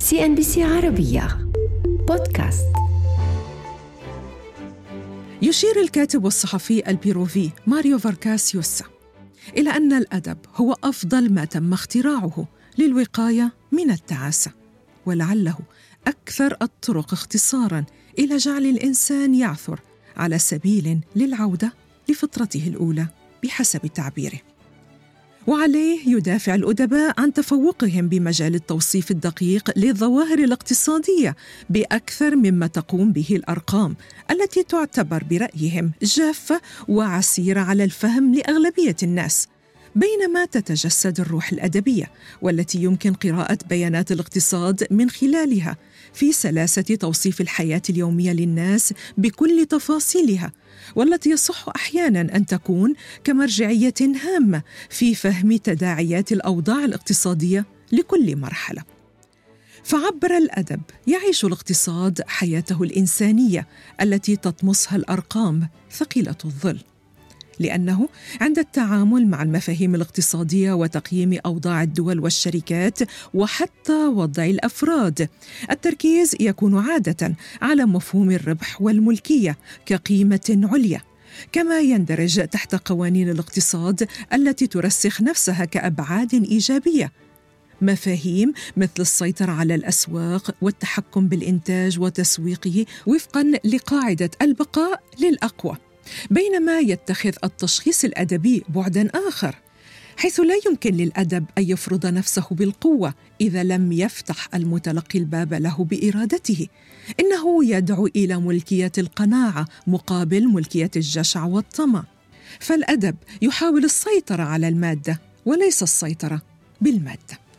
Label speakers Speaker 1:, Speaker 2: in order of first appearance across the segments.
Speaker 1: CNBC عربية بودكاست.
Speaker 2: يشير الكاتب والصحفي البيروفي ماريو فارغاس يوسا إلى أن الأدب هو أفضل ما تم اختراعه للوقاية من التعاسة، ولعله أكثر الطرق اختصاراً إلى جعل الإنسان يعثر على سبيل للعودة لفطرته الأولى بحسب تعبيره. وعليه يدافع الأدباء عن تفوقهم بمجال التوصيف الدقيق للظواهر الاقتصادية بأكثر مما تقوم به الأرقام التي تعتبر برأيهم جافة وعسيرة على الفهم لأغلبية الناس، بينما تتجسد الروح الأدبية والتي يمكن قراءة بيانات الاقتصاد من خلالها في سلاسة توصيف الحياة اليومية للناس بكل تفاصيلها، والتي يصح أحياناً أن تكون كمرجعية هامة في فهم تداعيات الأوضاع الاقتصادية لكل مرحلة. فعبر الأدب يعيش الاقتصاد حياته الإنسانية التي تطمسها الأرقام ثقيلة الظل، لأنه عند التعامل مع المفاهيم الاقتصادية وتقييم أوضاع الدول والشركات وحتى وضع الأفراد، التركيز يكون عادة على مفهوم الربح والملكية كقيمة عليا، كما يندرج تحت قوانين الاقتصاد التي ترسخ نفسها كأبعاد إيجابية مفاهيم مثل السيطرة على الأسواق والتحكم بالإنتاج وتسويقه وفقاً لقاعدة البقاء للأقوى، بينما يتخذ التشخيص الأدبي بعداً آخر، حيث لا يمكن للأدب أن يفرض نفسه بالقوة إذا لم يفتح المتلقي الباب له بإرادته. إنه يدعو إلى ملكية القناعة مقابل ملكية الجشع والطمع، فالأدب يحاول السيطرة على المادة وليس السيطرة بالمادة.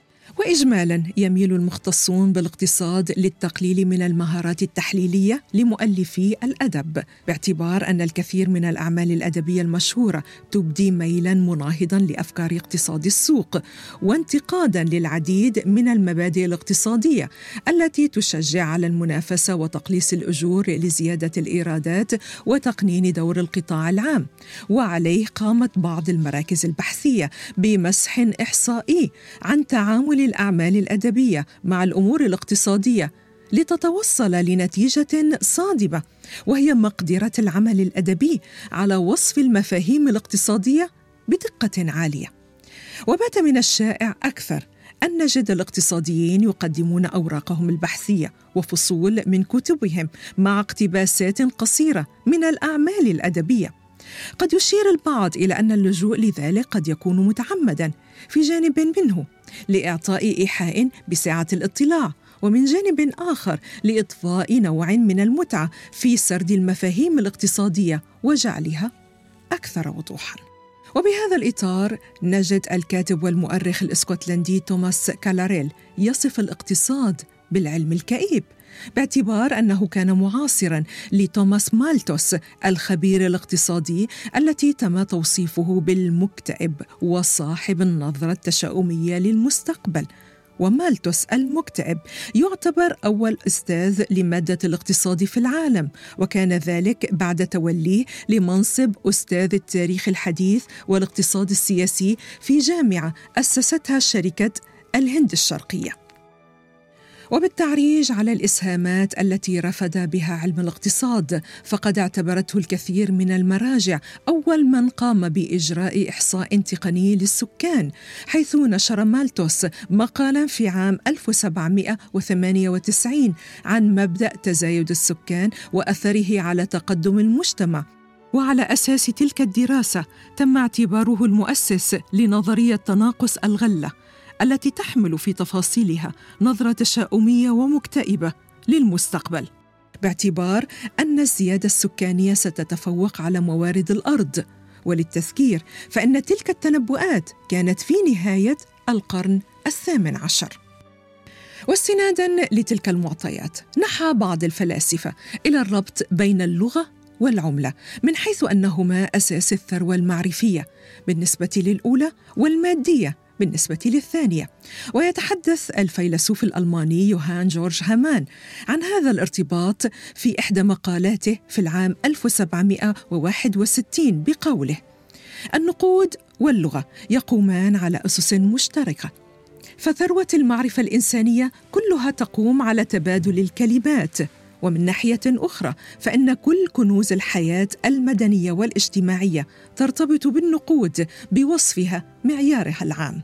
Speaker 2: وإجمالاً يميل المختصون بالاقتصاد للتقليل من المهارات التحليلية لمؤلفي الأدب، باعتبار أن الكثير من الأعمال الأدبية المشهورة تبدي ميلاً مناهضاً لأفكار اقتصاد السوق وانتقاداً للعديد من المبادئ الاقتصادية التي تشجع على المنافسة وتقليص الأجور لزيادة الإيرادات وتقنين دور القطاع العام. وعليه قامت بعض المراكز البحثية بمسح إحصائي عن تعامل الأعمال الأدبية مع الأمور الاقتصادية لتتوصل لنتيجة صادمة، وهي مقدرة العمل الأدبي على وصف المفاهيم الاقتصادية بدقة عالية. وبات من الشائع أكثر أن نجد الاقتصاديين يقدمون أوراقهم البحثية وفصول من كتبهم مع اقتباسات قصيرة من الأعمال الأدبية. قد يشير البعض إلى أن اللجوء لذلك قد يكون متعمداً في جانب منه لإعطاء إيحاء بسعة الاطلاع، ومن جانب آخر لإضفاء نوع من المتعة في سرد المفاهيم الاقتصادية وجعلها أكثر وضوحاً. وبهذا الإطار نجد الكاتب والمؤرخ الإسكتلندي توماس كالاريل يصف الاقتصاد بالعلم الكئيب، باعتبار أنه كان معاصراً لتوماس مالتوس الخبير الاقتصادي التي تم توصيفه بالمكتئب وصاحب النظرة التشاؤمية للمستقبل. ومالتوس المكتئب يعتبر أول أستاذ لمادة الاقتصاد في العالم، وكان ذلك بعد توليه لمنصب أستاذ التاريخ الحديث والاقتصاد السياسي في جامعة أسستها شركة الهند الشرقية. وبالتعريج على الإسهامات التي رفد بها علم الاقتصاد، فقد اعتبرته الكثير من المراجع أول من قام بإجراء إحصاء تقني للسكان، حيث نشر مالتوس مقالاً في عام 1798 عن مبدأ تزايد السكان وأثره على تقدم المجتمع. وعلى أساس تلك الدراسة تم اعتباره المؤسس لنظرية تناقص الغلة التي تحمل في تفاصيلها نظرة تشاؤمية ومكتئبة للمستقبل، باعتبار أن الزيادة السكانية ستتفوق على موارد الأرض. وللتذكير فإن تلك التنبؤات كانت في نهاية القرن 18. واستناداً لتلك المعطيات نحى بعض الفلاسفة إلى الربط بين اللغة والعملة، من حيث أنهما أساس الثروة المعرفية بالنسبة للأولى والمادية بالنسبة للثانية. ويتحدث الفيلسوف الألماني يوهان جورج هامان عن هذا الارتباط في إحدى مقالاته في العام 1761 بقوله: النقود واللغة يقومان على أسس مشتركة، فثروة المعرفة الإنسانية كلها تقوم على تبادل الكلمات. ومن ناحية أخرى فإن كل كنوز الحياة المدنية والاجتماعية ترتبط بالنقود بوصفها معيارها العام.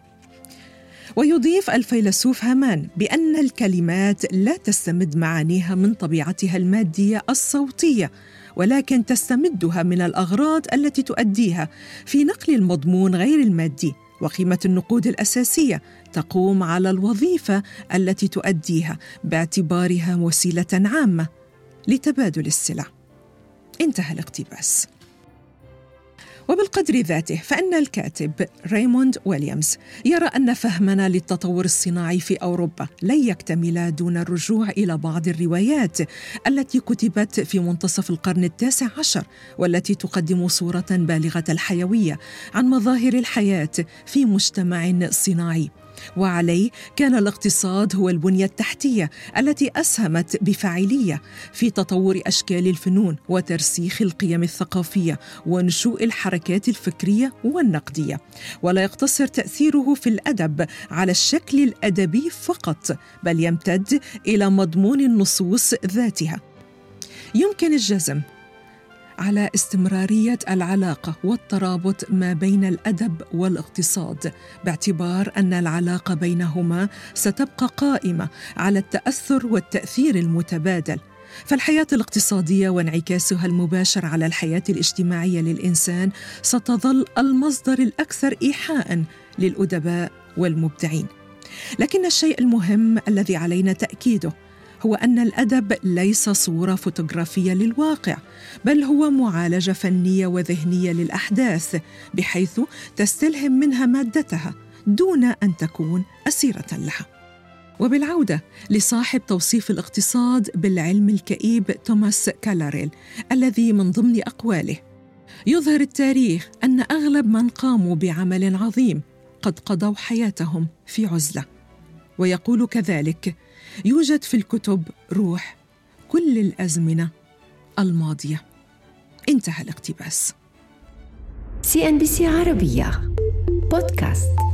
Speaker 2: ويضيف الفيلسوف هامان بأن الكلمات لا تستمد معانيها من طبيعتها المادية الصوتية، ولكن تستمدها من الأغراض التي تؤديها في نقل المضمون غير المادي. وقيمة النقود الأساسية تقوم على الوظيفة التي تؤديها باعتبارها وسيلة عامة لتبادل السلع. انتهى الاقتباس. وبالقدر ذاته فإن الكاتب ريموند ويليامز يرى أن فهمنا للتطور الصناعي في أوروبا لن يكتمل دون الرجوع إلى بعض الروايات التي كتبت في منتصف القرن ال19 والتي تقدم صورة بالغة الحيوية عن مظاهر الحياة في مجتمع صناعي. وعليه كان الاقتصاد هو البنية التحتية التي أسهمت بفاعلية في تطور أشكال الفنون وترسيخ القيم الثقافية ونشوء الحركات الفكرية والنقدية. ولا يقتصر تأثيره في الأدب على الشكل الأدبي فقط، بل يمتد إلى مضمون النصوص ذاتها. يمكن الجزم على استمرارية العلاقة والترابط ما بين الأدب والاقتصاد، باعتبار أن العلاقة بينهما ستبقى قائمة على التأثر والتأثير المتبادل. فالحياة الاقتصادية وانعكاسها المباشر على الحياة الاجتماعية للإنسان ستظل المصدر الأكثر إيحاءً للأدباء والمبدعين. لكن الشيء المهم الذي علينا تأكيده هو أن الأدب ليس صورة فوتوغرافية للواقع، بل هو معالجة فنية وذهنية للأحداث، بحيث تستلهم منها مادتها دون أن تكون أسيرة لها. وبالعودة لصاحب توصيف الاقتصاد بالعلم الكئيب توماس كالاريل، الذي من ضمن أقواله: يظهر التاريخ أن أغلب من قاموا بعمل عظيم قد قضوا حياتهم في عزلة. ويقول كذلك: يوجد في الكتب روح كل الأزمنة الماضية. انتهى الاقتباس.
Speaker 1: CNBC عربية بودكاست.